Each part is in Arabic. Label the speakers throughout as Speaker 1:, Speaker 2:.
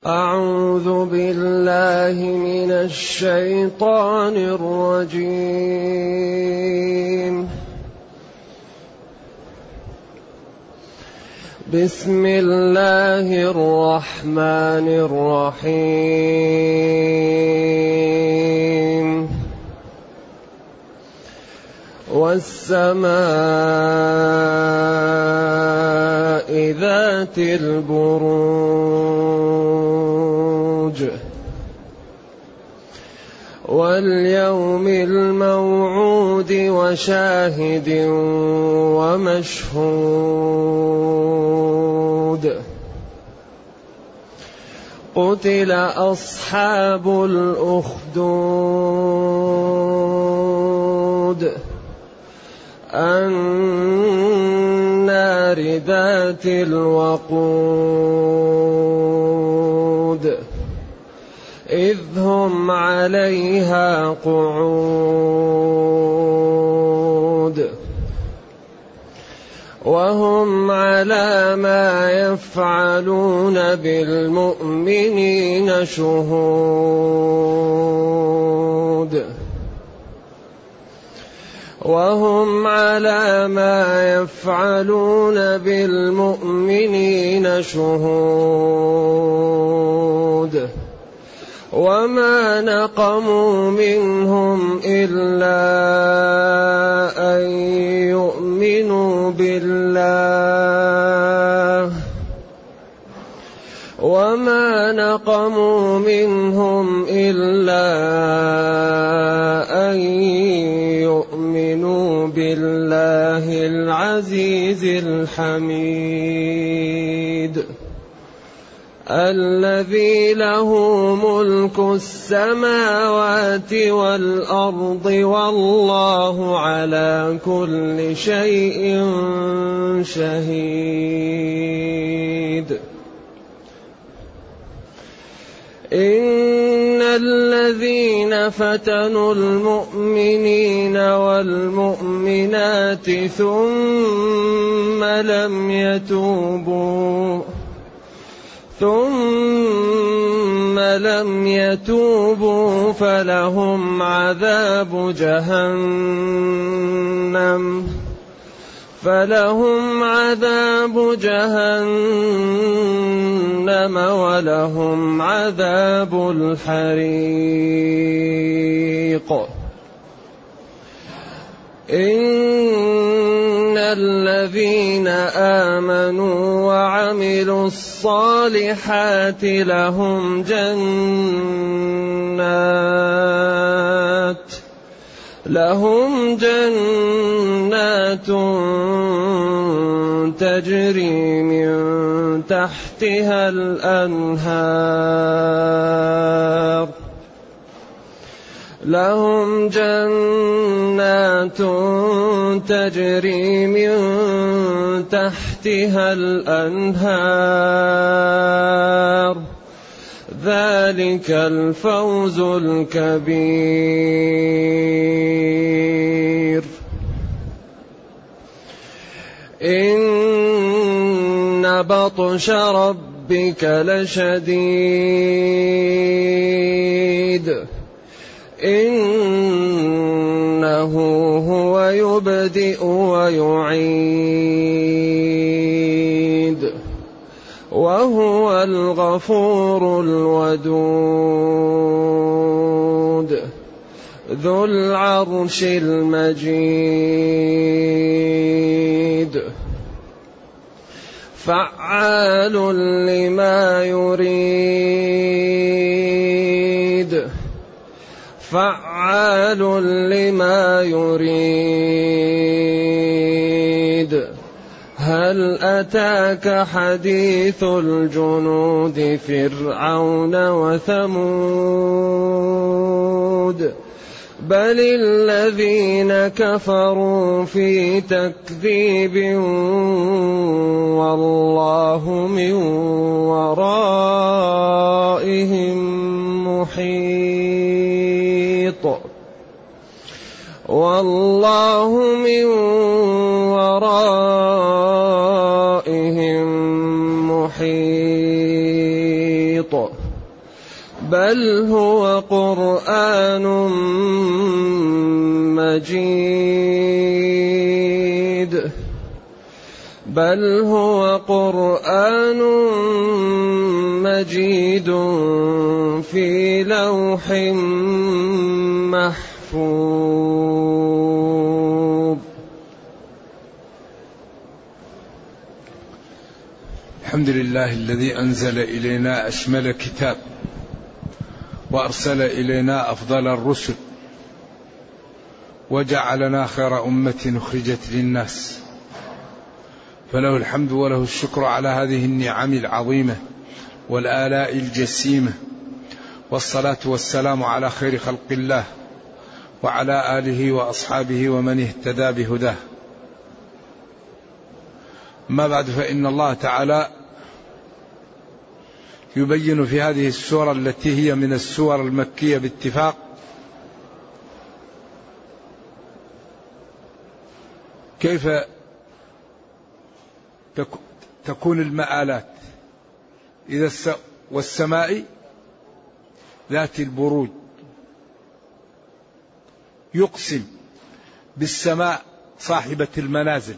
Speaker 1: أعوذ بالله من الشيطان الرجيم. بسم الله الرحمن الرحيم. والسماء ذات البروج واليوم الموعود وشاهد ومشهود. قتل أصحاب الأخدود النار ذات الوقود إذ هم عليها قعود وهم على ما يفعلون بالمؤمنين شهود وهم على ما يفعلون بالمؤمنين شهود. وما نقموا منهم إلا أن يؤمنوا بالله وما نقموا منهم إلا أن يؤمنوا بالله العزيز الحميد الذي له ملك السماوات والأرض والله على كل شيء شهيد. إن الذين فتنوا المؤمنين والمؤمنات ثم لم يتوبوا فلهم عذاب جهنم ولهم عذاب الحريق. إن الذين آمنوا وعملوا الصالحات لهم جنات تجري من تحتها الأنهار ذلك الفوز الكبير. إن بطش ربك لشديد إنه هو يبدئ ويعيد وهو الغفور الودود ذو العرش المجيد فعال لما يريد. هل أتاك حديث الجنود فرعون وثمود بل الذين كفروا في تكذيب والله من ورائهم محيط محيط. بل هو قرآن مجيد بل هو قرآن مجيد في لوح محفوظ.
Speaker 2: الحمد لله الذي أنزل إلينا أشمل كتاب وأرسل إلينا أفضل الرسل وجعلنا خير أمة أخرجت للناس، فله الحمد وله الشكر على هذه النعم العظيمة والآلاء الجسيمة، والصلاة والسلام على خير خلق الله وعلى آله وأصحابه ومن اهتدى بهداه. ما بعد، فإن الله تعالى يبين في هذه السورة التي هي من السور المكية باتفاق كيف تكون المآلات والسماء ذات البروج. يقسم بالسماء صاحبة المنازل،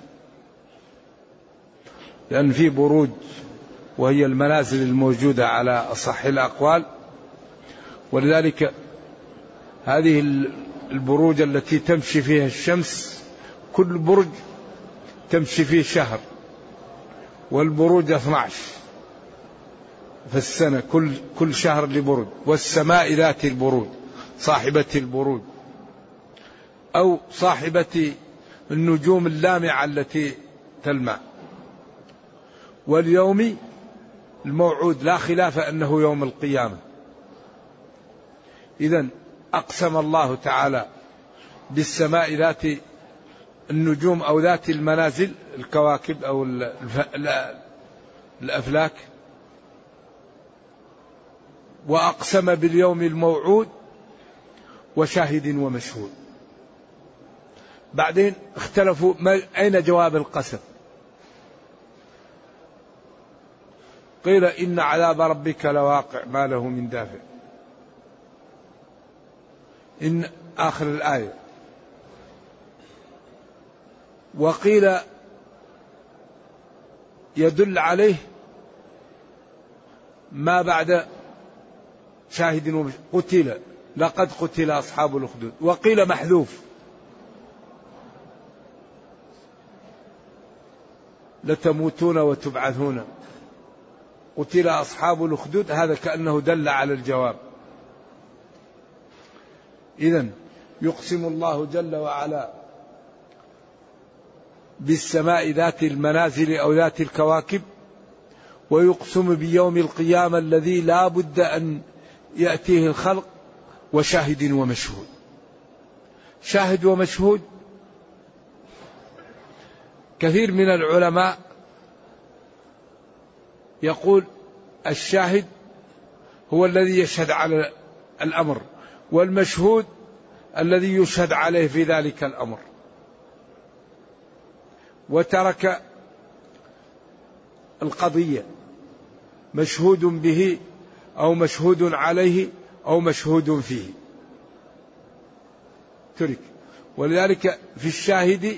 Speaker 2: لأن في بروج وهي المنازل الموجودة على أصح الأقوال، ولذلك هذه البروج التي تمشي فيها الشمس كل برج تمشي فيه شهر، والبروج 12 في السنة، كل شهر لبروج. والسماء ذات البروج صاحبة البروج، أو صاحبة النجوم اللامعة التي تلمع. واليوم الموعود لا خلاف أنه يوم القيامة. إذن أقسم الله تعالى بالسماء ذات النجوم أو ذات المنازل، الكواكب أو الأفلاك، وأقسم باليوم الموعود وشاهد ومشهود. بعدين اختلفوا أين جواب القسم؟ قيل إن عذاب ربك لواقع ما له من دافع، إن آخر الآية. وقيل يدل عليه ما بعد شاهد قتل، لقد قتل أصحاب الأخدود. وقيل محذوف لتموتون وتبعثون، قتل أصحاب الأخدود، هذا كأنه دل على الجواب. إذن يقسم الله جل وعلا بالسماء ذات المنازل أو ذات الكواكب، ويقسم بيوم القيامة الذي لا بد أن يأتيه الخلق، وشاهد ومشهود. شاهد ومشهود، كثير من العلماء يقول الشاهد هو الذي يشهد على الأمر، والمشهود الذي يشهد عليه في ذلك الأمر. وترك القضية مشهود به أو مشهود عليه أو مشهود فيه، ترك. ولذلك في الشاهد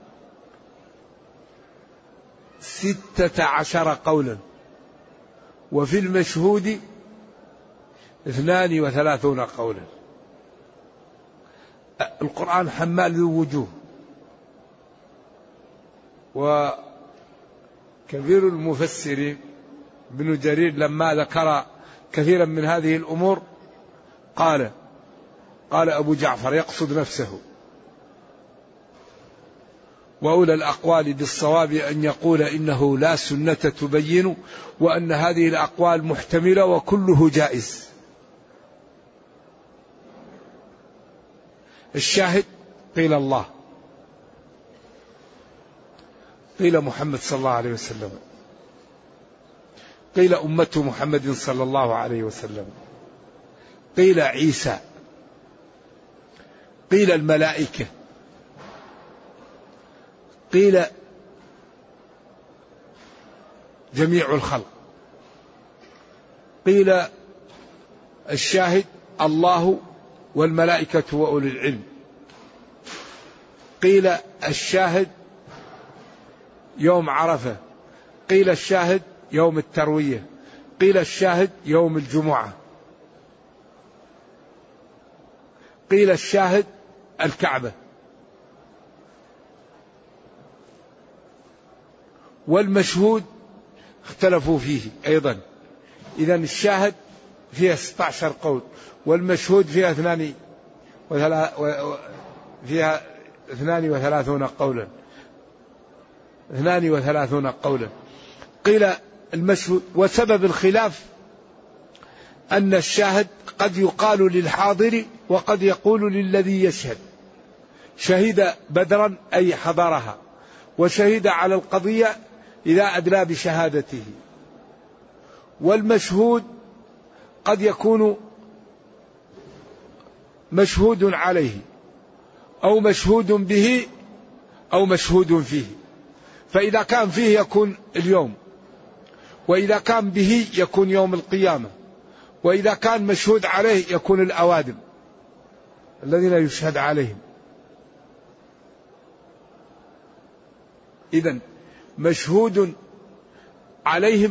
Speaker 2: 16 قولا، وفي المشهود 32 قولا. القرآن حمال ذو وجوه، وكثير المفسرين ابن جرير لما ذكر كثيرا من هذه الأمور قال أبو جعفر يقصد نفسه، وأولى الأقوال بالصواب أن يقول إنه لا سنة تبين، وأن هذه الأقوال محتملة وكله جائز. الشاهد قيل الله، قيل محمد صلى الله عليه وسلم، قيل أمة محمد صلى الله عليه وسلم، قيل عيسى، قيل الملائكة، قيل جميع الخلق، قيل الشاهد الله والملائكة وأولي العلم. قيل الشاهد يوم عرفة، قيل الشاهد يوم التروية، قيل الشاهد يوم الجمعة، قيل الشاهد الكعبة. والمشهود اختلفوا فيه أيضا. إذا الشاهد فيها 16 قول، والمشهود فيها 32 قولا. 32 قولا. قيل المشهود. وسبب الخلاف أن الشاهد قد يقال للحاضر وقد يقول للذي يشهد. شهد بدرا أي حضرها، وشهد على القضية إذا أدلى بشهادته. والمشهود قد يكون مشهود عليه أو مشهود به أو مشهود فيه. فإذا كان فيه يكون اليوم، وإذا كان به يكون يوم القيامة، وإذا كان مشهود عليه يكون الأوادم الذين يشهد عليهم. إذن مشهود عليهم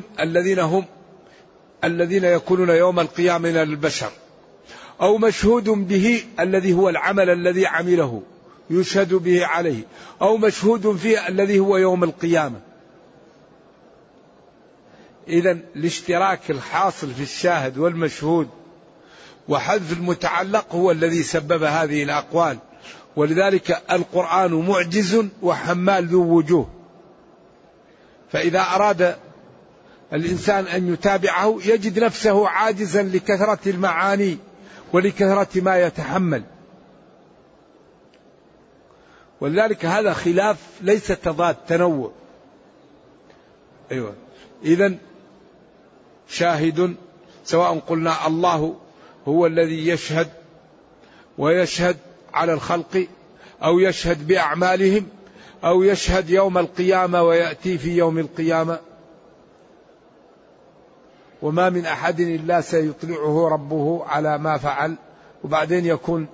Speaker 2: الذين يكونون يوم القيامة من البشر، أو مشهود به الذي هو العمل الذي عمله يشهد به عليه، أو مشهود فيه الذي هو يوم القيامة. إذن الاشتراك الحاصل في الشاهد والمشهود وحذف المتعلق هو الذي سبب هذه الأقوال. ولذلك القرآن معجز وحمال ذو وجوه، فإذا أراد الإنسان أن يتابعه يجد نفسه عاجزا لكثرة المعاني ولكثرة ما يتحمل. ولذلك هذا خلاف ليس تضاد، تنوع. أيوة. إذن شاهد سواء قلنا الله هو الذي يشهد ويشهد على الخلق، أو يشهد بأعمالهم، أو يشهد يوم القيامة ويأتي في يوم القيامة. وما من أحد إلا سيطلعه ربه على ما فعل، وبعدين يكون.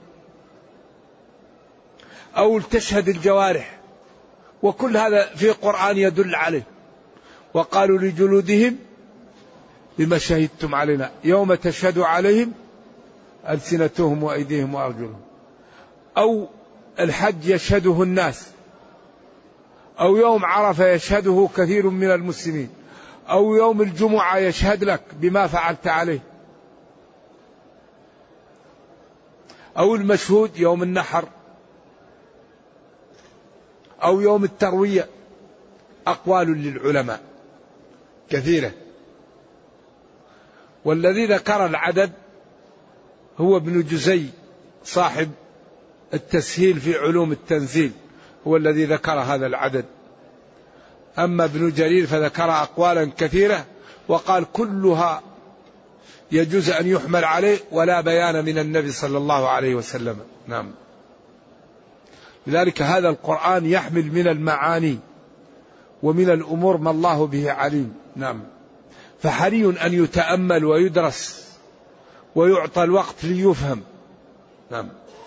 Speaker 2: أو تشهد الجوارح، وكل هذا في القرآن يدل عليه. وقالوا لجلودهم بما شهدتم علينا يوم تشهد عليهم ألسنتهم وأيديهم وأرجلهم. أو الحج يشهده الناس، أو يوم عرفة يشهده كثير من المسلمين، أو يوم الجمعة يشهد لك بما فعلت عليه. أو المشهود يوم النحر، أو يوم التروية. أقوال للعلماء كثيرة. والذي ذكر العدد هو ابن جزي صاحب التسهيل في علوم التنزيل، هو الذي ذكر هذا العدد. أما ابن جرير فذكر أقوالا كثيرة وقال كلها يجوز أن يحمل عليه ولا بيان من النبي صلى الله عليه وسلم. نعم. لذلك هذا القرآن يحمل من المعاني ومن الأمور ما الله به عليم. نعم. فحري أن يتأمل ويدرس ويعطى الوقت ليفهم. نعم.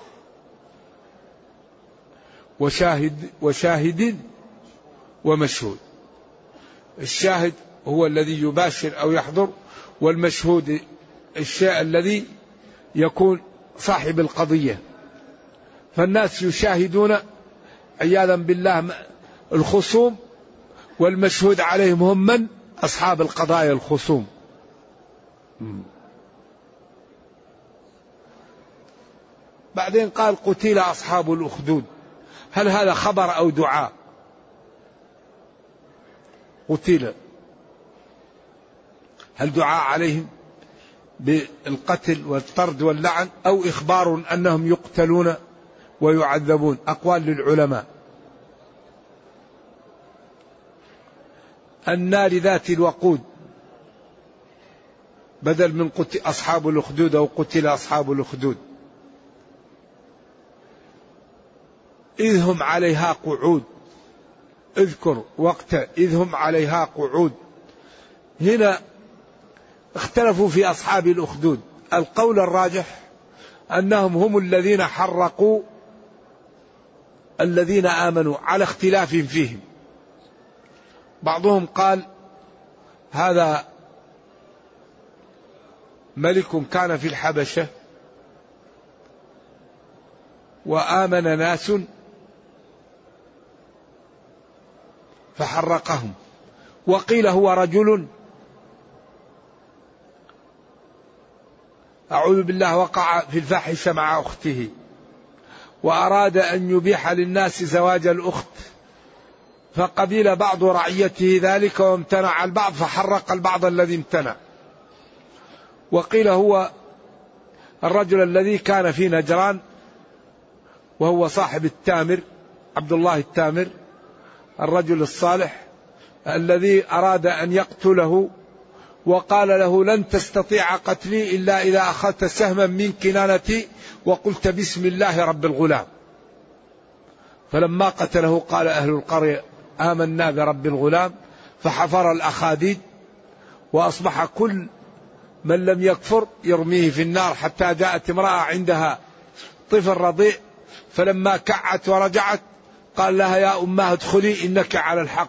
Speaker 2: وشاهد ومشهود. الشاهد هو الذي يباشر أو يحضر، والمشهود الشيء الذي يكون صاحب القضية. فالناس يشاهدون عياذا بالله الخصوم، والمشهود عليهم هم من؟ أصحاب القضايا الخصوم. بعدين قال قتل أصحاب الأخدود. هل هذا خبر أو دعاء؟ قتل، هل دعاء عليهم بالقتل والطرد واللعن، أو إخبار أنهم يقتلون ويعذبون؟ أقوال للعلماء. النار ذات الوقود بدل من قتل أصحاب الأخدود أو قتل أصحاب الأخدود. إذ هم عليها قعود، اذكر وقت إذ هم عليها قعود. هنا اختلفوا في أصحاب الأخدود. القول الراجح أنهم هم الذين حرقوا الذين آمنوا على اختلاف فيهم. بعضهم قال هذا ملك كان في الحبشة وآمن ناس فحرقهم، وقيل هو رجل أعوذ بالله وقع في الفاحشة مع أخته وأراد أن يبيح للناس زواج الأخت، فقبل بعض رعيته ذلك وامتنع البعض فحرق البعض الذي امتنع. وقيل هو الرجل الذي كان في نجران وهو صاحب التامر، عبد الله التامر، الرجل الصالح الذي أراد أن يقتله وقال له لن تستطيع قتلي إلا إذا أخذت سهما من كنانتي وقلت بسم الله رب الغلام. فلما قتله قال أهل القرية آمنا برب الغلام، فحفر الأخاديد وأصبح كل من لم يكفر يرميه في النار، حتى جاءت امرأة عندها طفل رضيع فلما كعت ورجعت قال لها يا أماه ادخلي إنك على الحق.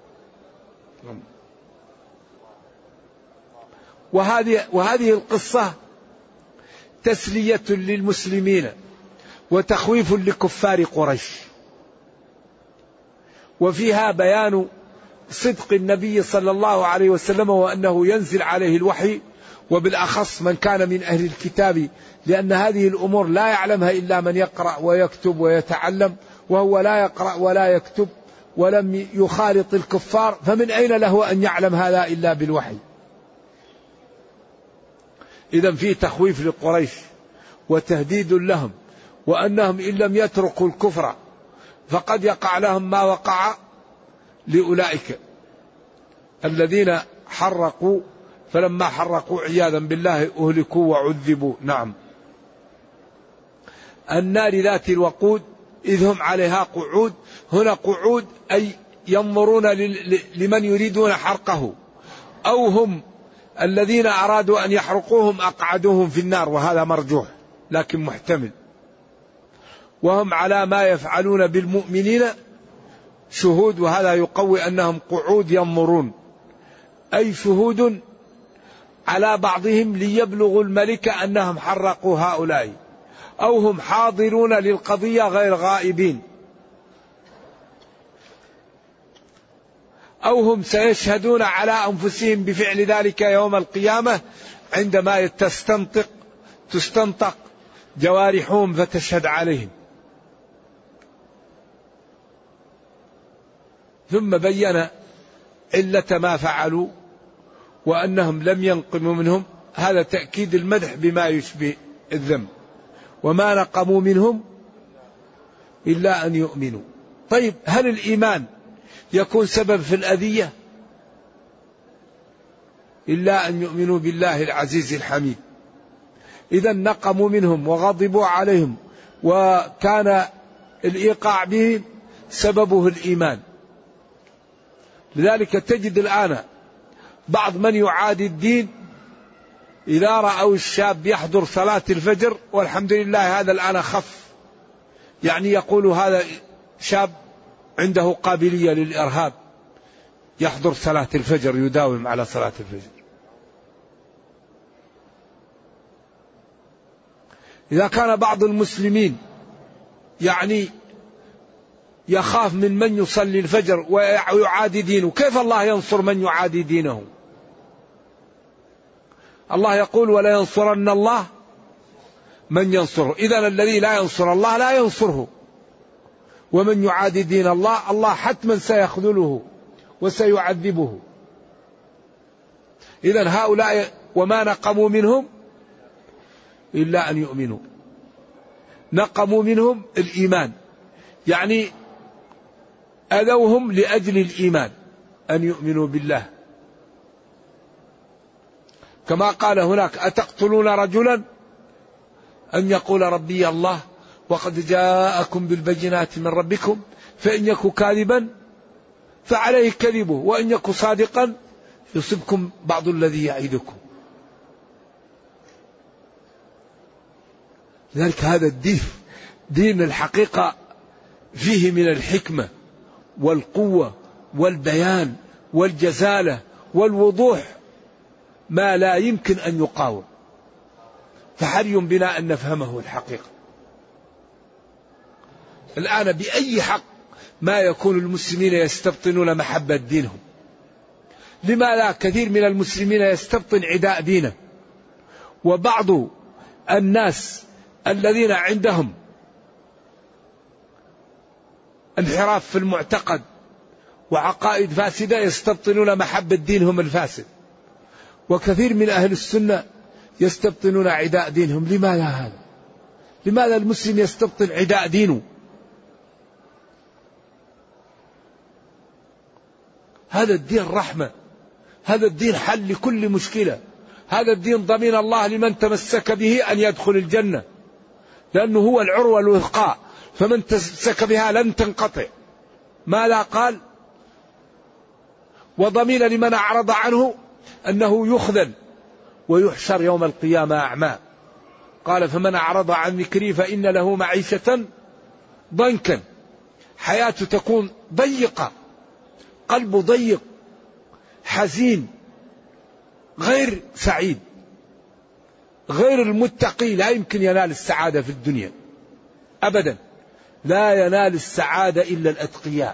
Speaker 2: وهذه القصة تسلية للمسلمين وتخويف لكفار قريش، وفيها بيان صدق النبي صلى الله عليه وسلم وأنه ينزل عليه الوحي، وبالأخص من كان من أهل الكتاب، لأن هذه الأمور لا يعلمها إلا من يقرأ ويكتب ويتعلم، وهو لا يقرأ ولا يكتب ولم يخالط الكفار، فمن أين له أن يعلم هذا إلا بالوحي. إذن في تخويف لقريش وتهديد لهم، وأنهم إن لم يتركوا الكفر فقد يقع لهم ما وقع لأولئك الذين حرقوا، فلما حرقوا عياذا بالله أهلكوا وعذبوا. نعم. النار ذات الوقود إذ هم عليها قعود، هنا قعود أي ينظرون لمن يريدون حرقه، أو هم الذين أرادوا أن يحرقوهم أقعدوهم في النار، وهذا مرجوح لكن محتمل. وهم على ما يفعلون بالمؤمنين شهود، وهذا يقوي أنهم قعود ينظرون، أي شهود على بعضهم ليبلغوا الملك أنهم حرقوا هؤلاء، أو هم حاضرون للقضية غير غائبين، أو هم سيشهدون على أنفسهم بفعل ذلك يوم القيامة عندما تستنطق جوارحهم فتشهد عليهم. ثم بين علة ما فعلوا وأنهم لم ينقموا منهم، هذا تأكيد المدح بما يشبه الذم. وما نقموا منهم إلا أن يؤمنوا. طيب هل الإيمان يكون سبب في الأذية؟ إلا أن يؤمنوا بالله العزيز الحميد. إذا نقموا منهم وغضبوا عليهم وكان الإيقاع بهم سببه الإيمان. لذلك تجد الآن بعض من يعادي الدين إذا رأوا الشاب يحضر صلاة الفجر، والحمد لله هذا الآن خف، يعني يقول هذا شاب عنده قابلية للإرهاب، يحضر صلاة الفجر، يداوم على صلاة الفجر. إذا كان بعض المسلمين يعني يخاف من يصلي الفجر ويعادي دينه، كيف الله ينصر من يعادي دينه؟ الله يقول ولا ينصرن الله من ينصره. إذن الذي لا ينصر الله لا ينصره، ومن يعادي دين الله الله حتما سيخذله وسيعذبه. إذن هؤلاء وما نقموا منهم إلا أن يؤمنوا. نقموا منهم الإيمان، يعني أذوهم لأجل الإيمان، أن يؤمنوا بالله. كما قال هناك أتقتلون رجلا أن يقول ربي الله وقد جاءكم بالبينات من ربكم فإن يكن كاذبا فعليه كذبه وإن يكن صادقا يصبكم بعض الذي يعيدكم. لذلك هذا الدين دين الحقيقة فيه من الحكمة والقوة والبيان والجزالة والوضوح ما لا يمكن أن يقاوم، فحري بنا أن نفهمه الحقيقة. الآن بأي حق ما يكون المسلمين يستبطنون محبة دينهم؟ لماذا كثير من المسلمين يستبطن عداء دينه؟ وبعض الناس الذين عندهم انحراف في المعتقد وعقائد فاسدة يستبطنون محبة دينهم الفاسد، وكثير من أهل السنة يستبطنون عداء دينهم. لماذا هذا؟ لماذا المسلم يستبطن عداء دينه؟ هذا الدين رحمة، هذا الدين حل لكل مشكلة، هذا الدين ضمين الله لمن تمسك به أن يدخل الجنة، لأنه هو العروة الوثقى، فمن تمسك بها لن تنقطع. ماذا قال؟ وضمين لمن أعرض عنه أنه يخذل ويحشر يوم القيامة أعمى. قال فمن أعرض عن ذكري فإن له معيشة ضنكا، حياته تكون ضيقة، قلبه ضيق، حزين، غير سعيد. غير المتقي لا يمكن ينال السعادة في الدنيا أبدا، لا ينال السعادة إلا الأتقياء.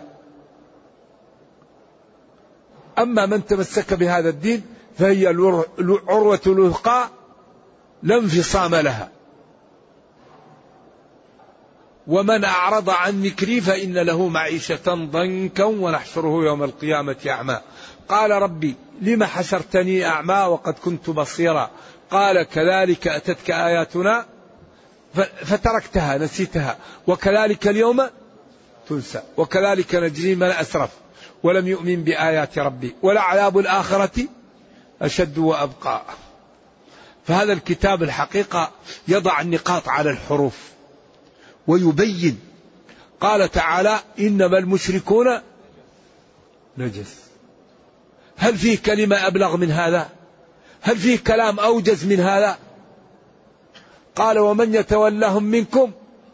Speaker 2: أما من تمسك بهذا الدين فهي العروة الوثقى لا انفصام لها. ومن أعرض عن ذكري فإن له معيشة ضنكا ونحشره يوم القيامة أعمى. قال ربي لم حشرتني أعمى وقد كنت بصيرا؟ قال كذلك أتتك آياتنا فتركتها نسيتها وكذلك اليوم تنسى وكذلك نجزي من أسرف ولم يؤمن بآيات ربي ولعذاب الآخرة أشد وأبقى. فهذا الكتاب الحقيقة يضع النقاط على الحروف ويبين. قال تعالى إنما المشركون نجس. هل فيه كلمة أبلغ من هذا؟ هل فيه كلام أوجز من هذا؟ قال ومن يتولهم منكم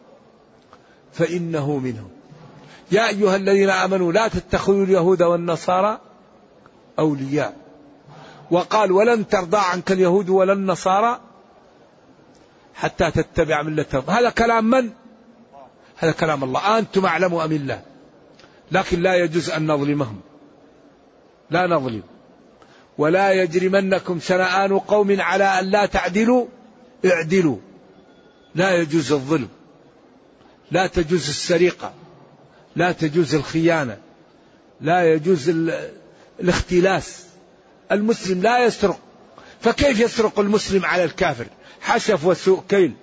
Speaker 2: فإنه منهم. يا أيها الذين آمنوا لا تتخذوا اليهود والنصارى أولياء. وقال ولن ترضى عنك اليهود ولا النصارى حتى تتبع ملتهم. هذا كلام من؟ هذا كلام الله. أنتم أعلم أم الله؟ لكن لا يجوز أن نظلمهم، لا نظلم. ولا يجرمنكم شنآن قوم على أن لا تعدلوا اعدلوا. لا يجوز الظلم، لا تجوز السرقة، لا تجوز الخيانة، لا يجوز الاختلاس. المسلم لا يسرق، فكيف يسرق المسلم على الكافر؟ حشف وسوء كيل.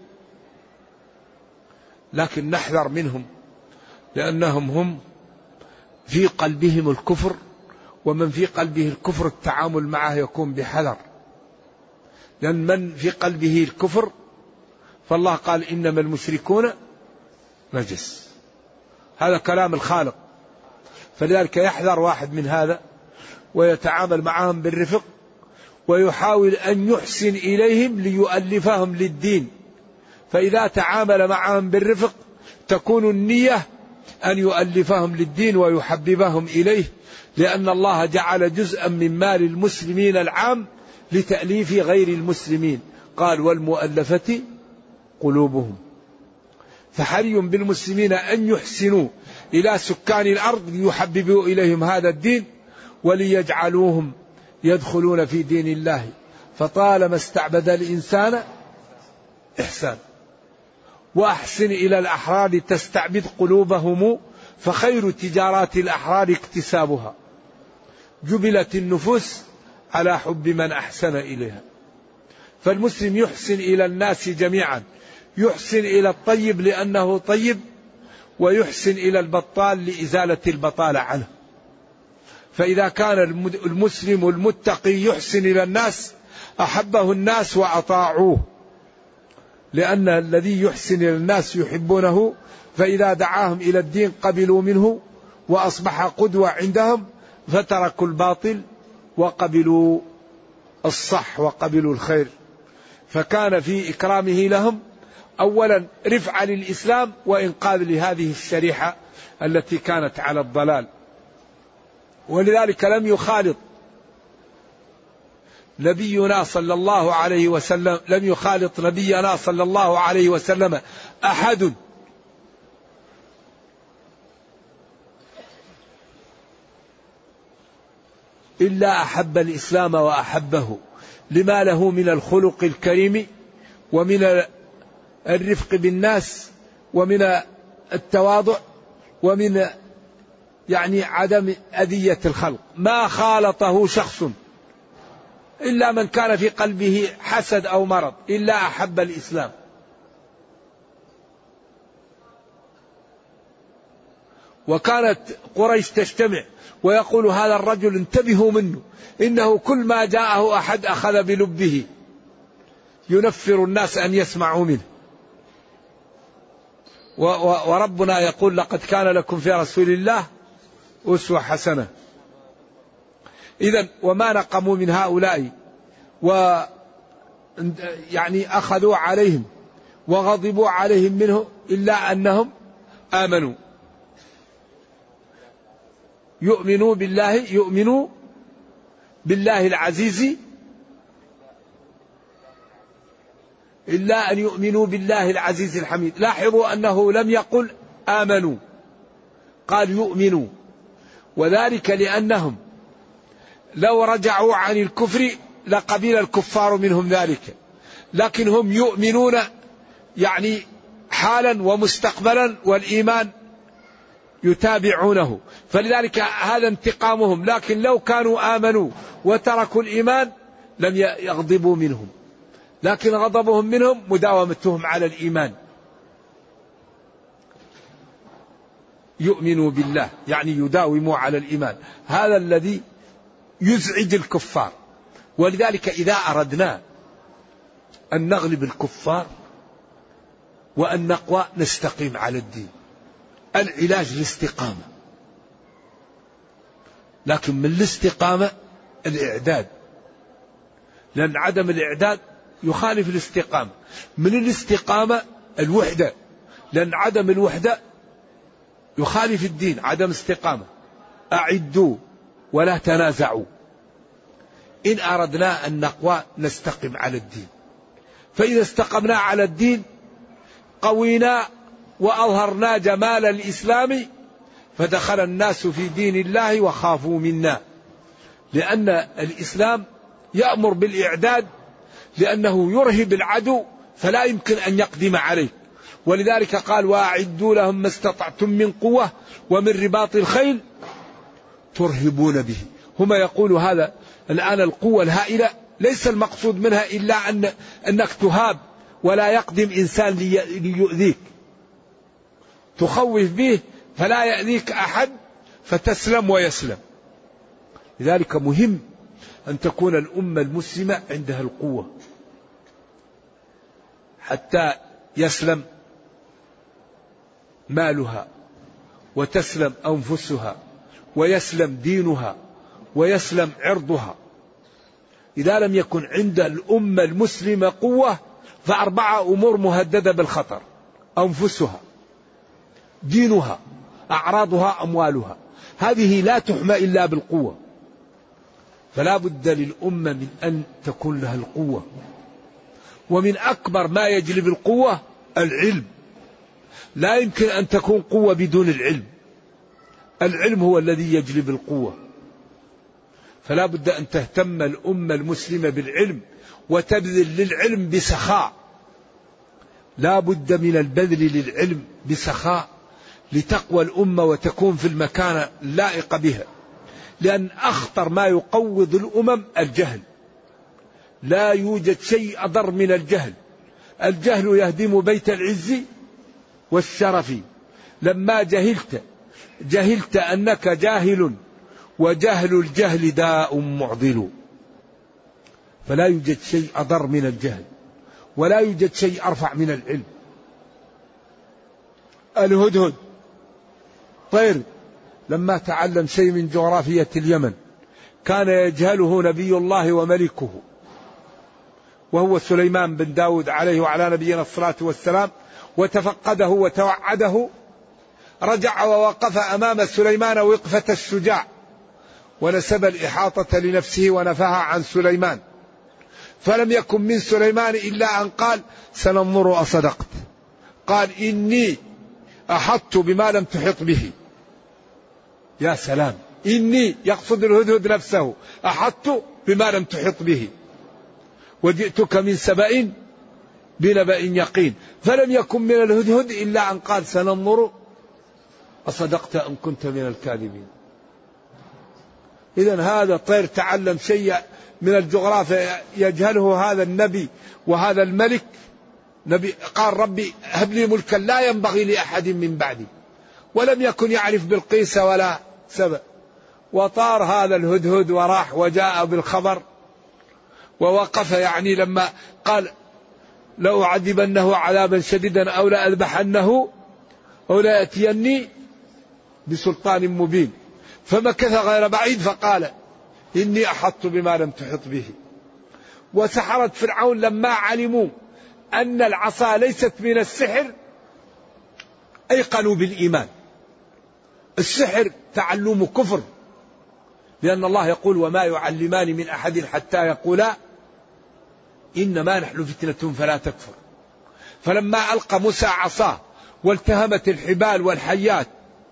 Speaker 2: لكن نحذر منهم لأنهم هم في قلبهم الكفر، ومن في قلبه الكفر التعامل معه يكون بحذر، لأن من في قلبه الكفر فالله قال إنما المشركون نجس. هذا كلام الخالق. فلذلك يحذر واحد من هذا ويتعامل معهم بالرفق ويحاول أن يحسن إليهم ليؤلفهم للدين. فإذا تعامل معهم بالرفق تكون النية أن يؤلفهم للدين ويحببهم إليه، لأن الله جعل جزءا من مال المسلمين العام لتأليف غير المسلمين. قال والمؤلفة قلوبهم. فحري بالمسلمين أن يحسنوا إلى سكان الأرض ليحببوا إليهم هذا الدين وليجعلوهم يدخلون في دين الله. فطالما استعبد الإنسان إحسان. وأحسن إلى الأحرار تستعبد قلوبهم فخير تجارات الأحرار اكتسابها. جبلت النفوس على حب من أحسن إليها. فالمسلم يحسن إلى الناس جميعا، يحسن إلى الطيب لأنه طيب، ويحسن إلى البطال لإزالة البطالة عنه. فإذا كان المسلم المتقي يحسن إلى الناس أحبه الناس وأطاعوه، لأن الذي يحسن إلى الناس يحبونه، فإذا دعاهم إلى الدين قبلوا منه وأصبح قدوة عندهم، فتركوا الباطل وقبلوا الصح وقبلوا الخير. فكان في إكرامه لهم أولا رفعة للإسلام وإنقاذ لهذه الشريحة التي كانت على الضلال. ولذلك لم يخالط نبينا صلى الله عليه وسلم، لم يخالط نبينا صلى الله عليه وسلم أحد إلا أحب الإسلام وأحبه لما له من الخلق الكريم ومن الرفق بالناس ومن التواضع ومن عدم أذية الخلق. ما خالطه شخص إلا من كان في قلبه حسد أو مرض إلا أحب الإسلام. وكانت قريش تجتمع ويقول هذا الرجل انتبهوا منه، إنه كل ما جاءه أحد أخذ بلبه، ينفر الناس أن يسمعوا منه. وربنا يقول لقد كان لكم في رسول الله أسوة حسنة. إذن وما نقموا من هؤلاء أخذوا عليهم وغضبوا عليهم منه إلا أنهم آمنوا. يؤمنوا بالله العزيز إلا أن يؤمنوا بالله العزيز الحميد. لاحظوا أنه لم يقل آمنوا، قال يؤمنوا، وذلك لأنهم لو رجعوا عن الكفر لقبل الكفار منهم ذلك، لكن هم يؤمنون حالا ومستقبلا، والإيمان يتابعونه، فلذلك هذا انتقامهم. لكن لو كانوا آمنوا وتركوا الإيمان لم يغضبوا منهم، لكن غضبهم منهم مداومتهم على الإيمان. يؤمنوا بالله يداوموا على الإيمان، هذا الذي يزعج الكفار. ولذلك إذا أردنا أن نغلب الكفار وأن نقوى نستقيم على الدين. العلاج الاستقامة، لكن من الاستقامة الإعداد، لأن عدم الإعداد يخالف الاستقامة. من الاستقامة الوحدة، لأن عدم الوحدة يخالف الدين. عدم استقامة أعدوا ولا تنازعوا. إن أردنا أن نقوى نستقم على الدين، فإذا استقمنا على الدين قوينا وأظهرنا جمال الإسلام فدخل الناس في دين الله وخافوا منا، لأن الإسلام يأمر بالإعداد، لأنه يرهب العدو فلا يمكن أن يقدم عليه. ولذلك قال وأعدوا لهم ما استطعتم من قوة ومن رباط الخيل ترهبون به. هما يقولوا هذا الآن القوة الهائلة ليس المقصود منها إلا أنك تهاب ولا يقدم إنسان ليؤذيك، تخوف به فلا يأذيك أحد فتسلم ويسلم. لذلك مهم أن تكون الأمة المسلمة عندها القوة حتى يسلم مالها وتسلم أنفسها ويسلم دينها ويسلم عرضها. إذا لم يكن عند الأمة المسلمة قوة فأربعة أمور مهددة بالخطر: أنفسها، دينها، أعراضها، أموالها. هذه لا تحمى إلا بالقوة. فلا بد للأمة من أن تكون لها القوة. ومن أكبر ما يجلب القوة العلم. لا يمكن أن تكون قوة بدون العلم. العلم هو الذي يجلب القوة. فلا بد أن تهتم الأمة المسلمة بالعلم وتبذل للعلم بسخاء. لا بد من البذل للعلم بسخاء لتقوى الأمة وتكون في المكانة اللائقة بها. لأن أخطر ما يقوض الأمم الجهل. لا يوجد شيء أضر من الجهل. الجهل يهدم بيت العز والشرف. لما جهلت أنك جاهل، وجهل الجهل داء معضل. فلا يوجد شيء أضر من الجهل، ولا يوجد شيء أرفع من العلم. الهدهد طير لما تعلم شيء من جغرافية اليمن كان يجهله نبي الله وملكه، وهو سليمان بن داود عليه وعلى نبينا الصلاة والسلام، وتفقده وتوعده، رجع ووقف أمام سليمان وقفة الشجاع، ونسب الإحاطة لنفسه ونفاها عن سليمان. فلم يكن من سليمان إلا أن قال سننظر أصدقت. قال إني أحطت بما لم تحط به. يا سلام، إني يقصد الهدهد نفسه، أحطت بما لم تحط به وجئتك من سبأ بنبأ يقين. فلم يكن من الهدهد إلا أن قال سننظر أصدقت أم كنت من الكاذبين. إذن هذا طير تعلم شيء من الجغرافيا يجهله هذا النبي وهذا الملك. نبي قال ربي هب لي ملكا لا ينبغي لأحد من بعدي، ولم يكن يعرف بالقيس ولا سبأ. وطار هذا الهدهد وراح وجاء بالخبر ووقف، يعني لما قال لو أعذبنه عذابا شديدا أو لأذبحنه أو ليأتيني بسلطان مبين. فمكث غير بعيد فقال إني أحطت بما لم تحط به. وسحرة فرعون لما علموا أن العصا ليست من السحر أيقنوا بالإيمان. السحر تعلم كفر، لأن الله يقول وما يعلمان من أحد حتى يقولا إنما نحن فتنة فلا تكفر. فلما ألقى موسى عصاه والتهمت الحبال والحيات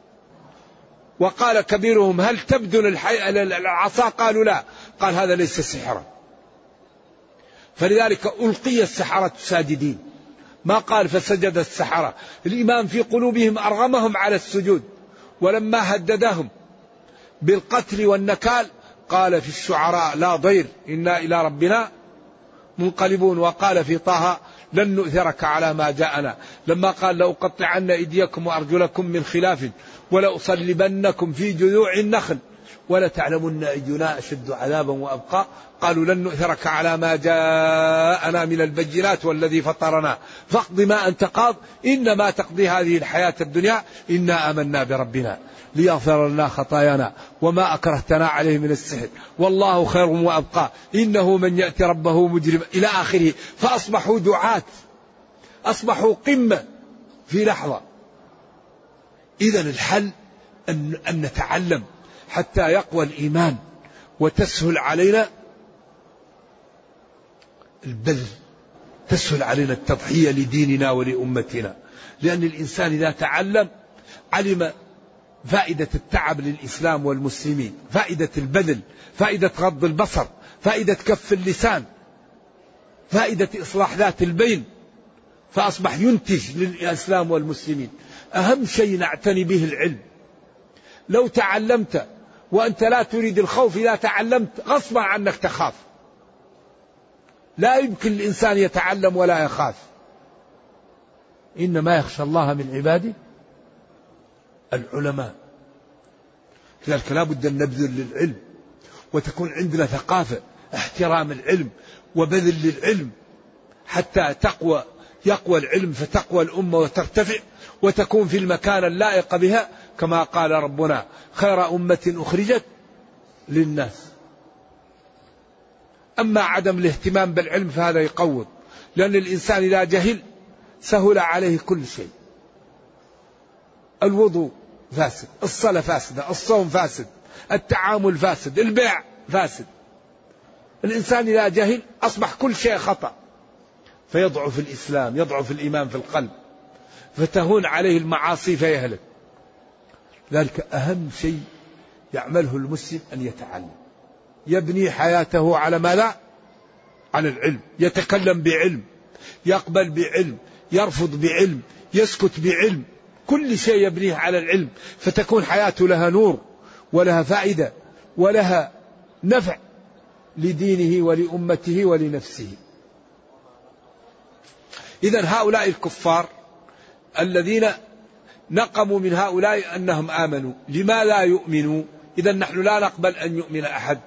Speaker 2: وقال كبيرهم هل تبدل العصا؟ قالوا لا. قال هذا ليس سحرا. فلذلك ألقي السحرة ساجدين، ما قال فسجد السحرة. الإيمان في قلوبهم أرغمهم على السجود. ولما هددهم بالقتل والنكال قال في الشعراء لا ضير إنا إلى ربنا منقلبون. وقال في طه لن نؤثرك على ما جاءنا. لما قال لأقطعن أيديكم وأرجلكم من خلاف ولأصلبنكم في جذوع النخل ولتعلمن أينا أشد عذابا وأبقى. قالوا لن نؤثرك على ما جاءنا من البينات والذي فطرنا فاقض ما أنت قاض إنما تقضي هذه الحياة الدنيا إنا آمنا بربنا ليغفر لنا خطايانا وما أكرهتنا عليه من السحر والله خير وأبقى إنه من يأتي ربه مجرما إلى آخره. فأصبحوا دعاة، أصبحوا قمة في لحظة. إذن الحل أن نتعلم حتى يقوى الإيمان وتسهل علينا البذل، تسهل علينا التضحية لديننا ولأمتنا. لأن الإنسان إذا تعلم علم فائدة التعب للإسلام والمسلمين، فائدة البذل، فائدة غض البصر، فائدة كف اللسان، فائدة إصلاح ذات البين، فأصبح ينتج للإسلام والمسلمين. أهم شيء نعتني به العلم. لو تعلمت وأنت لا تريد الخوف، إذا تعلمت غصبا عنك تخاف. لا يمكن الإنسان يتعلم ولا يخاف. إنما يخشى الله من عباده العلماء. لذلك لا بد أن نبذل للعلم وتكون عندنا ثقافة احترام العلم وبذل للعلم حتى يقوى العلم فتقوى الأمة وترتفع وتكون في المكان اللائق بها، كما قال ربنا خير أمة أخرجت للناس. أما عدم الاهتمام بالعلم فهذا يقوض، لأن الإنسان إذا جهل سهل عليه كل شيء. الوضوء فاسد، الصلاة فاسدة، الصوم فاسد، التعامل فاسد، البيع فاسد. الإنسان إذا جهل أصبح كل شيء خطأ، فيضعف الإسلام، يضعف الإيمان في القلب، فتهون عليه المعاصي فيهلك. ذلك أهم شيء يعمله المسلم أن يتعلم، يبني حياته على ماذا؟ على العلم، يتكلم بعلم، يقبل بعلم، يرفض بعلم، يسكت بعلم، كل شيء يبنيه على العلم، فتكون حياته لها نور ولها فائدة ولها نفع لدينه ولأمته ولنفسه. إذن هؤلاء الكفار الذين نقموا من هؤلاء أنهم آمنوا، لما لا يؤمنوا؟ إذن نحن لا نقبل أن يؤمن أحد.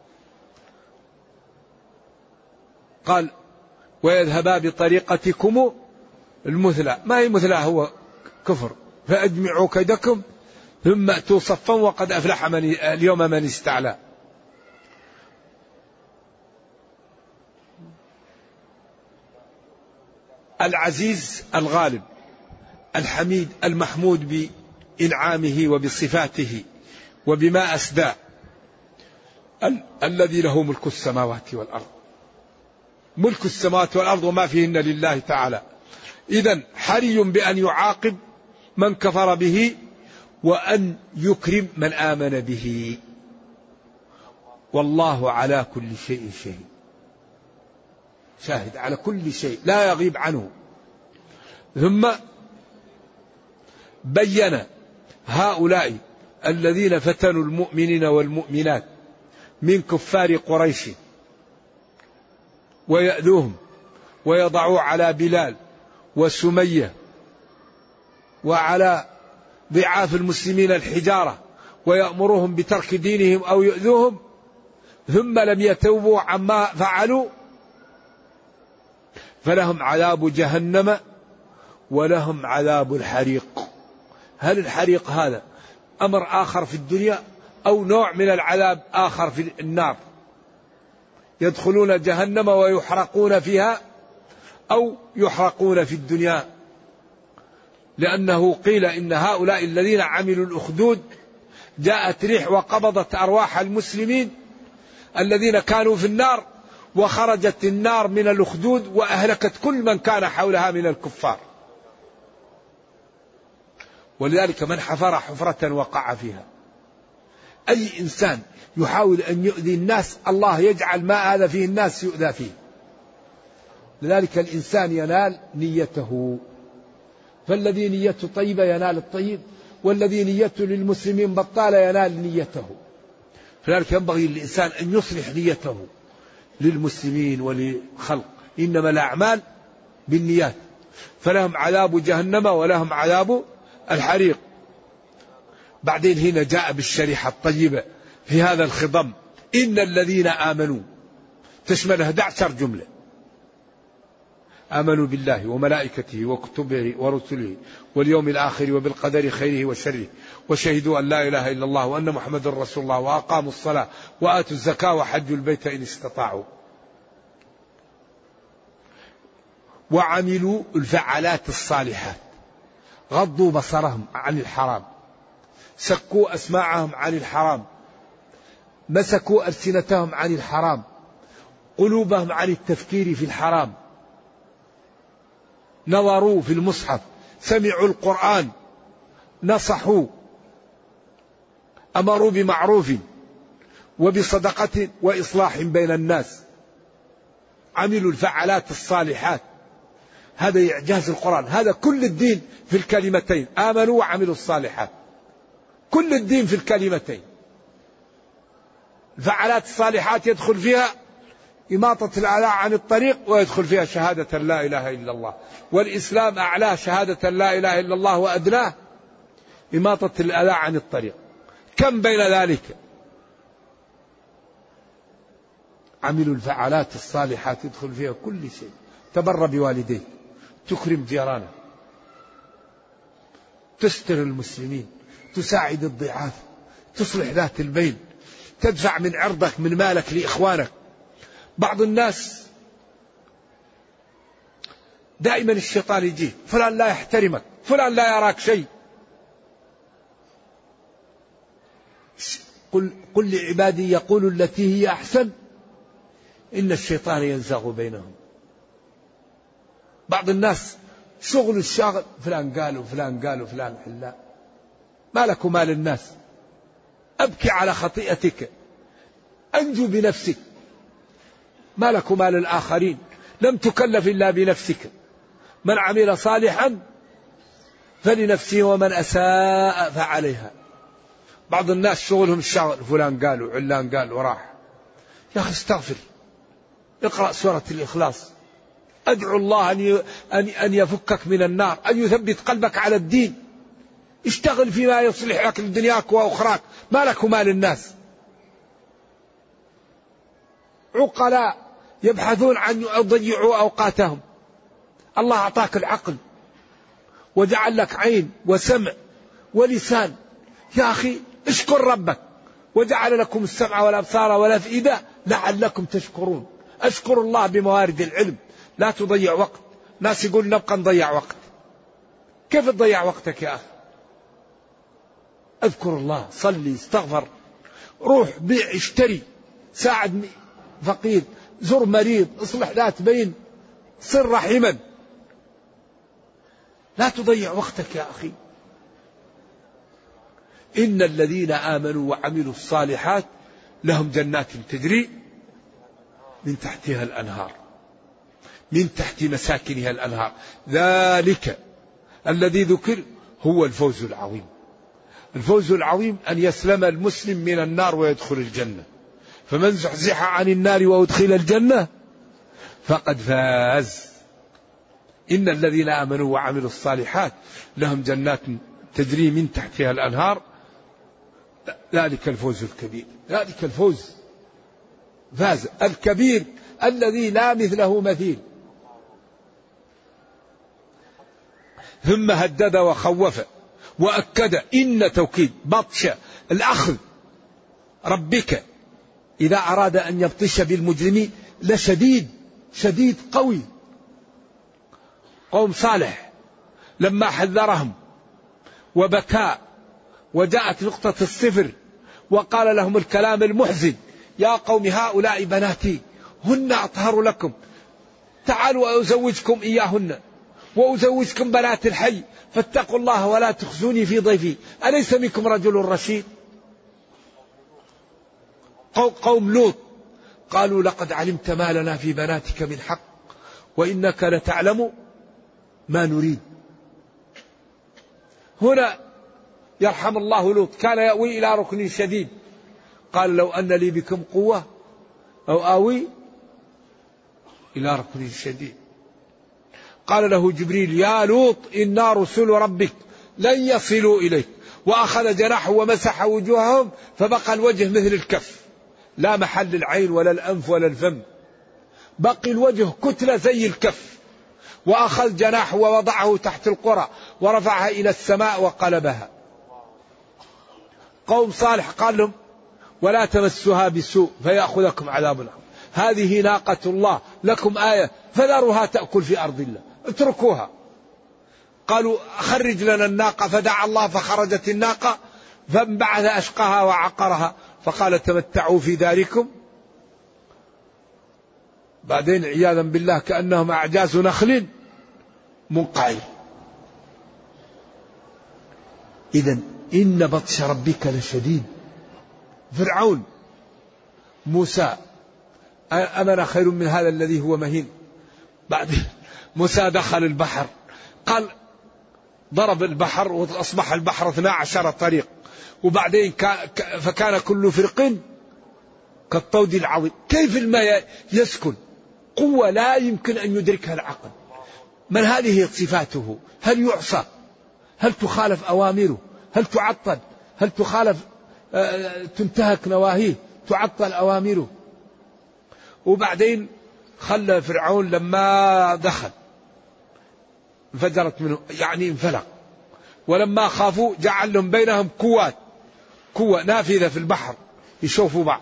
Speaker 2: قال ويذهبا بطريقتكم المثلى. ما هي مثلى؟ هو كفر. فأجمعوا كيدكم ثم أتوا صفا وقد أفلح اليوم من استعلى.
Speaker 3: العزيز الغالب الحميد المحمود بإنعامه وبصفاته وبما أسدى، الذي له ملك السماوات والأرض، ملك السماوات والأرض وما فيهن لله تعالى. إذن حري بأن يعاقب من كفر به وأن يكرم من آمن به، والله على كل شيء شهيد، شاهد على كل شيء لا يغيب عنه. ثم بين هؤلاء الذين فتنوا المؤمنين والمؤمنات من كفار قريش ويأذوهم ويضعوا على بلال وسمية وعلى ضعاف المسلمين الحجارة ويأمرهم بترك دينهم أو يؤذوهم، ثم لم يتوبوا عما فعلوا، فلهم عذاب جهنم ولهم عذاب الحريق. هل الحريق هذا أمر آخر في الدنيا أو نوع من العذاب آخر في النار؟ يدخلون جهنم ويحرقون فيها أو يحرقون في الدنيا؟ لأنه قيل إن هؤلاء الذين عملوا الأخدود جاءت ريح وقبضت أرواح المسلمين الذين كانوا في النار، وخرجت النار من الأخدود وأهلكت كل من كان حولها من الكفار. ولذلك من حفر حفرة وقع فيها. أي إنسان يحاول أن يؤذي الناس الله يجعل ما هذا فيه الناس يؤذى فيه. لذلك الإنسان ينال نيته، فالذي نيته طيبة ينال الطيب، والذي نيته للمسلمين بطالة ينال نيته. فلذلك ينبغي للإنسان أن يصلح نيته للمسلمين وللخلق، إنما الأعمال بالنيات. فلهم عذاب جهنم ولهم عذاب الحريق. بعدين هنا جاء بالشريحة الطيبة في هذا الخضم، إن الذين آمنوا، تشمل 11 جملة: آمنوا بالله وملائكته وكتبه ورسله واليوم الآخر وبالقدر خيره وشره، وشهدوا أن لا إله إلا الله وأن محمد رسول الله، وأقاموا الصلاة وآتوا الزكاة وحجوا البيت إن استطاعوا، وعملوا الفعالات الصالحات، غضوا بصرهم عن الحرام، سكوا أسماعهم عن الحرام، مسكوا ألسنتهم عن الحرام، قلوبهم عن التفكير في الحرام، نظروا في المصحف، سمعوا القرآن، نصحوا، أمروا بمعروف وبصدقة وإصلاح بين الناس، عملوا الفعالات الصالحات. هذا إعجاز القرآن، هذا كل الدين في الكلمتين: آمنوا وعملوا الصالحات. كل الدين في الكلمتين. الفعالات الصالحات يدخل فيها إماطة الأذى عن الطريق، ويدخل فيها شهادة لا إله إلا الله. والإسلام أعلاه شهادة لا إله إلا الله، وأدناه إماطة الأذى عن الطريق. كم بين ذلك؟ عملوا الفعالات الصالحات يدخل فيها كل شيء. تبر بوالديك، تكرم جيرانك، تستر المسلمين، تساعد الضعاف، تصلح ذات البين، تدفع من عرضك من مالك لإخوانك. بعض الناس دائما الشيطان يجيه: فلان لا يحترمك، فلان لا يراك شيء. قل لعبادي يقولوا التي هي أحسن إن الشيطان ينزغ بينهم. بعض الناس شغل الشاغل، فلان قال وفلان قال وفلان حلا. ما لك ومال الناس؟ أبكي على خطيئتك، أنجو بنفسك. ما لك ومال الآخرين؟ لم تكلف إلا بنفسك. من عمل صالحا فلنفسه ومن أساء فعليها. بعض الناس شغلهم الشغل، فلان قال وعلان قال وراح. يا أخي استغفر، اقرأ سورة الإخلاص، أدعو الله أن يفكك من النار، أن يثبت قلبك على الدين. اشتغل فيما يصلح لك دنياك وأخراك. ما لك ومال الناس؟ عقلاء يبحثون عن يضيعوا أوقاتهم. الله أعطاك العقل وجعل لك عين وسمع ولسان. يا أخي اشكر ربك، وجعل لكم السمع والأبصار والأفئدة لعلكم تشكرون. أشكر الله بموارد العلم، لا تضيع وقت ناس يقول نبقى نضيع وقت. كيف تضيع وقتك يا أخي؟ اذكر الله، صلي، استغفر، روح بيع اشتري، ساعد فقير، زر مريض، اصلح ذات بين، صر رحما. لا تضيع وقتك يا أخي. إن الذين آمنوا وعملوا الصالحات لهم جنات تجري من تحتها الأنهار، من تحت مساكنها الأنهار، ذلك الذي ذكر هو الفوز العظيم. الفوز العظيم أن يسلم المسلم من النار ويدخل الجنة. فمن زحزح عن النار وأدخل الجنة فقد فاز. إن الذين آمنوا وعملوا الصالحات لهم جنات تجري من تحتها الأنهار، ذلك الفوز الكبير. ذلك الفوز فاز الكبير الذي لا مثله مثيل. ثم هدد وخوف وأكد. إن توكيد بطش الأخذ ربك إذا أراد أن يبطش بالمجرمين لشديد، شديد قوي. قوم صالح لما حذرهم وبكى وجاءت نقطة الصفر وقال لهم الكلام المحزن: يا قوم هؤلاء بناتي هن أطهر لكم، تعالوا أزوجكم إياهن وأزوجكم بنات الحي، فاتقوا الله ولا تخزوني في ضيفي، أليس منكم رجل رشيد؟ قوم لوط قالوا: لقد علمت ما لنا في بناتك من حق وإنك لتعلم ما نريد. هنا يرحم الله لوط كان يأوي إلى ركن شديد، قال: لو أن لي بكم قوة أو آوي إلى ركن شديد. قال له جبريل: يا لوط إنا رسل ربك لن يصلوا إليك، وأخذ جناحه ومسح وجوههم فبقى الوجه مثل الكف، لا محل العين ولا الأنف ولا الفم، بقي الوجه كتلة زي الكف. وأخذ جناحه ووضعه تحت القرى ورفعها إلى السماء وقلبها. قوم صالح قال لهم: ولا تمسها بسوء فيأخذكم عذاب عظيم، هذه ناقة الله لكم آية فذروها تأكل في أرض الله، اتركوها. قالوا: خرج لنا الناقة، فدعا الله فخرجت الناقة فانبعث أشقاها وعقرها، فقال: تمتعوا في داركم. بعدين عياذا بالله كأنهم أعجاز نخل منقعر. إذن إن بطش ربك لشديد. فرعون: موسى أمر خير من هذا الذي هو مهين. بعدين موسى دخل البحر، قال ضرب البحر وأصبح البحر 12 طريق، وبعدين فكان كل فرق كالطود العظيم. كيف الماء يسكن؟ قوة لا يمكن أن يدركها العقل. من هذه صفاته؟ هل يعصى؟ هل تخالف أوامره؟ هل تعطل؟ هل تخالف تنتهك نواهيه؟ تعطل أوامره. وبعدين خلى فرعون لما دخل انفجرت منه، يعني انفلق. ولما خافوا جعل لهم بينهم قوة نافذة في البحر يشوفوا بعض.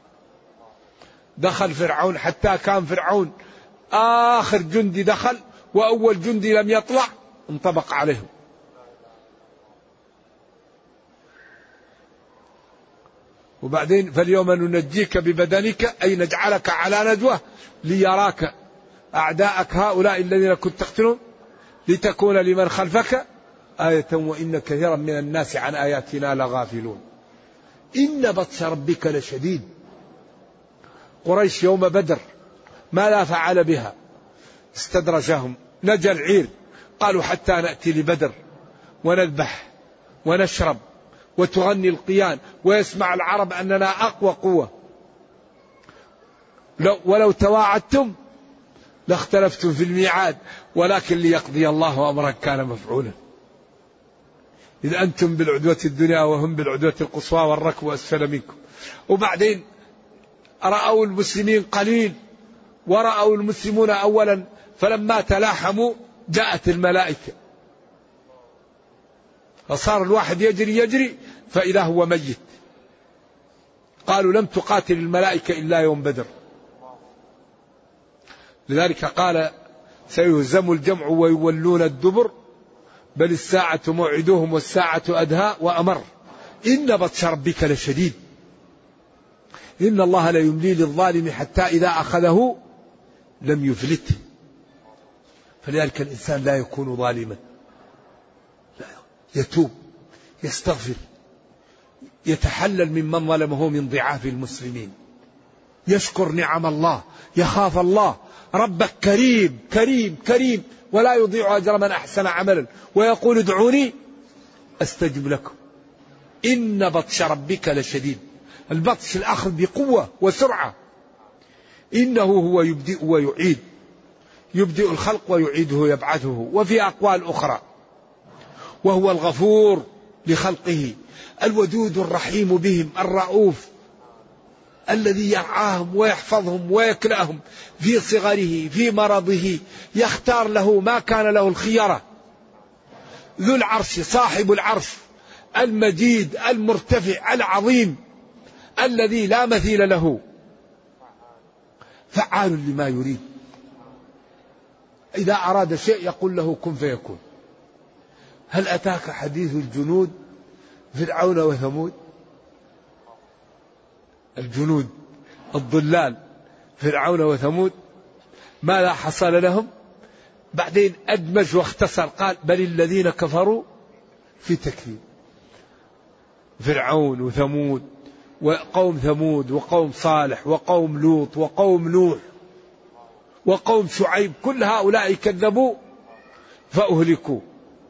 Speaker 3: دخل فرعون حتى كان فرعون آخر جندي دخل وأول جندي لم يطلع، انطبق عليهم. وبعدين: فاليوم ننجيك ببدنك، أي نجعلك على ندوة ليراك أعداءك هؤلاء الذين كنت تقتلهم لتكون لمن خلفك آية وإن كثيرا من الناس عن آياتنا لغافلون. إن بطش ربك لشديد. قريش يوم بدر ماذا فعل بها؟ استدرجهم، نجا العير، قالوا حتى نأتي لبدر ونذبح ونشرب وتغني القيان ويسمع العرب أننا أقوى قوة، ولو تواعدتم لاختلفتم في الميعاد ولكن ليقضي الله أمرا كان مفعولا. إذ أنتم بالعدوة الدنيا وهم بالعدوة القصوى والركب أسفل منكم. وبعدين رأوا المسلمين قليل ورأوا المسلمون أولا، فلما تلاحموا جاءت الملائكة، فصار الواحد يجري فإذا هو ميت. قالوا: لم تقاتل الملائكة إلا يوم بدر. لذلك قال سيهزم الجمع ويولون الدبر بل الساعة موعدهم والساعة أدهى وأمر إن بطش ربك لشديد إن الله لا يملي للظالم حتى إذا أخذه لم يفلته. فلذلك الإنسان لا يكون ظالما، لا، يتوب، يستغفر، يتحلل ممن ظلمه من ضعاف المسلمين، يشكر نعم الله، يخاف الله. ربك كريم كريم كريم ولا يضيع أجر من أحسن عملا، ويقول ادعوني أستجب لكم إن بطش ربك لشديد. البطش الأخذ بقوة وسرعة. إنه هو يبدئ ويعيد، يبدئ الخلق ويعيده يبعثه. وفي أقوال أخرى وهو الغفور لخلقه الودود الرحيم بهم الرؤوف الذي يرعاهم ويحفظهم ويكلأهم في صغره في مرضه، يختار له ما كان له الخيرة. ذو العرش صاحب العرش المجيد المرتفع العظيم الذي لا مثيل له، فعال لما يريد. إذا أراد شيء يقول له كن فيكون. هل أتاك حديث الجنود فرعون وثمود؟ الجنود الضلال فرعون وثمود ماذا حصل لهم؟ بعدين أدمج واختصر قال بل الذين كفروا في تكذيب. فرعون وثمود وقوم ثمود وقوم صالح وقوم لوط وقوم نوح وقوم شعيب كل هؤلاء كذبوا فأهلكوا.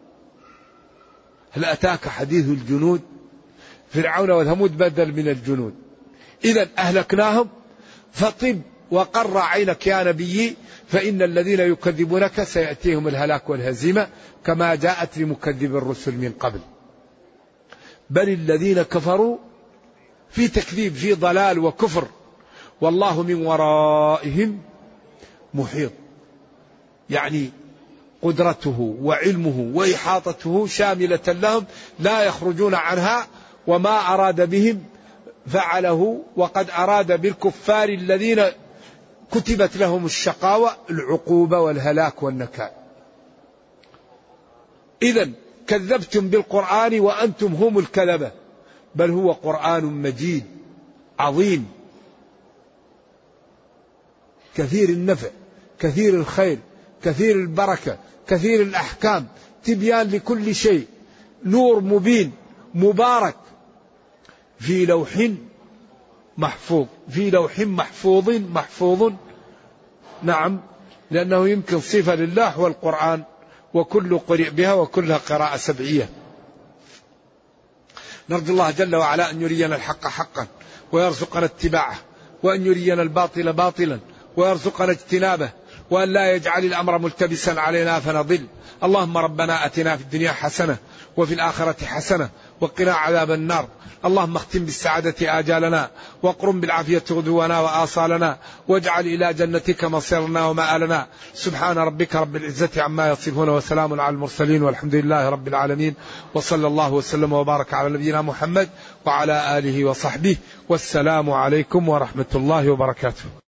Speaker 3: هل أتاك حديث الجنود؟ فرعون وثمود بدل من الجنود. إذا أهلكناهم فطب وقر عينك يا نبي فإن الذين يكذبونك سيأتيهم الهلاك والهزيمة كما جاءت لمكذب الرسل من قبل. بل الذين كفروا في تكذيب في ضلال وكفر والله من ورائهم محيط. يعني قدرته وعلمه وإحاطته شاملة لهم لا يخرجون عنها، وما أراد بهم فعله. وقد أراد بالكفار الذين كتبت لهم الشقاوة العقوبة والهلاك والنكال. إذن كذبتم بالقرآن وأنتم هم الكذبة، بل هو قرآن مجيد عظيم كثير النفع كثير الخير كثير البركة كثير الأحكام، تبيان لكل شيء، نور مبين مبارك، في لوح محفوظ. في لوح محفوظ نعم، لأنه يمكن صفة لله والقرآن وكل قرئ بها وكلها قراءة سبعية. نرجو الله جل وعلا أن يرينا الحق حقا ويرزقنا اتباعه، وأن يرينا الباطل باطلا ويرزقنا اجتنابه، وأن لا يجعل الأمر ملتبسا علينا فنضل. اللهم ربنا أتنا في الدنيا حسنة وفي الآخرة حسنة وقنا عذاب النار. اللهم اختم بالسعادة آجالنا واقرم بالعافية غدونا وآصالنا، واجعل إلى جنتك مصيرنا ومآلنا. سبحان ربك رب العزة عما يصفون وسلام على المرسلين والحمد لله رب العالمين، وصلى الله وسلم وبارك على نبينا محمد وعلى آله وصحبه، والسلام عليكم ورحمة الله وبركاته.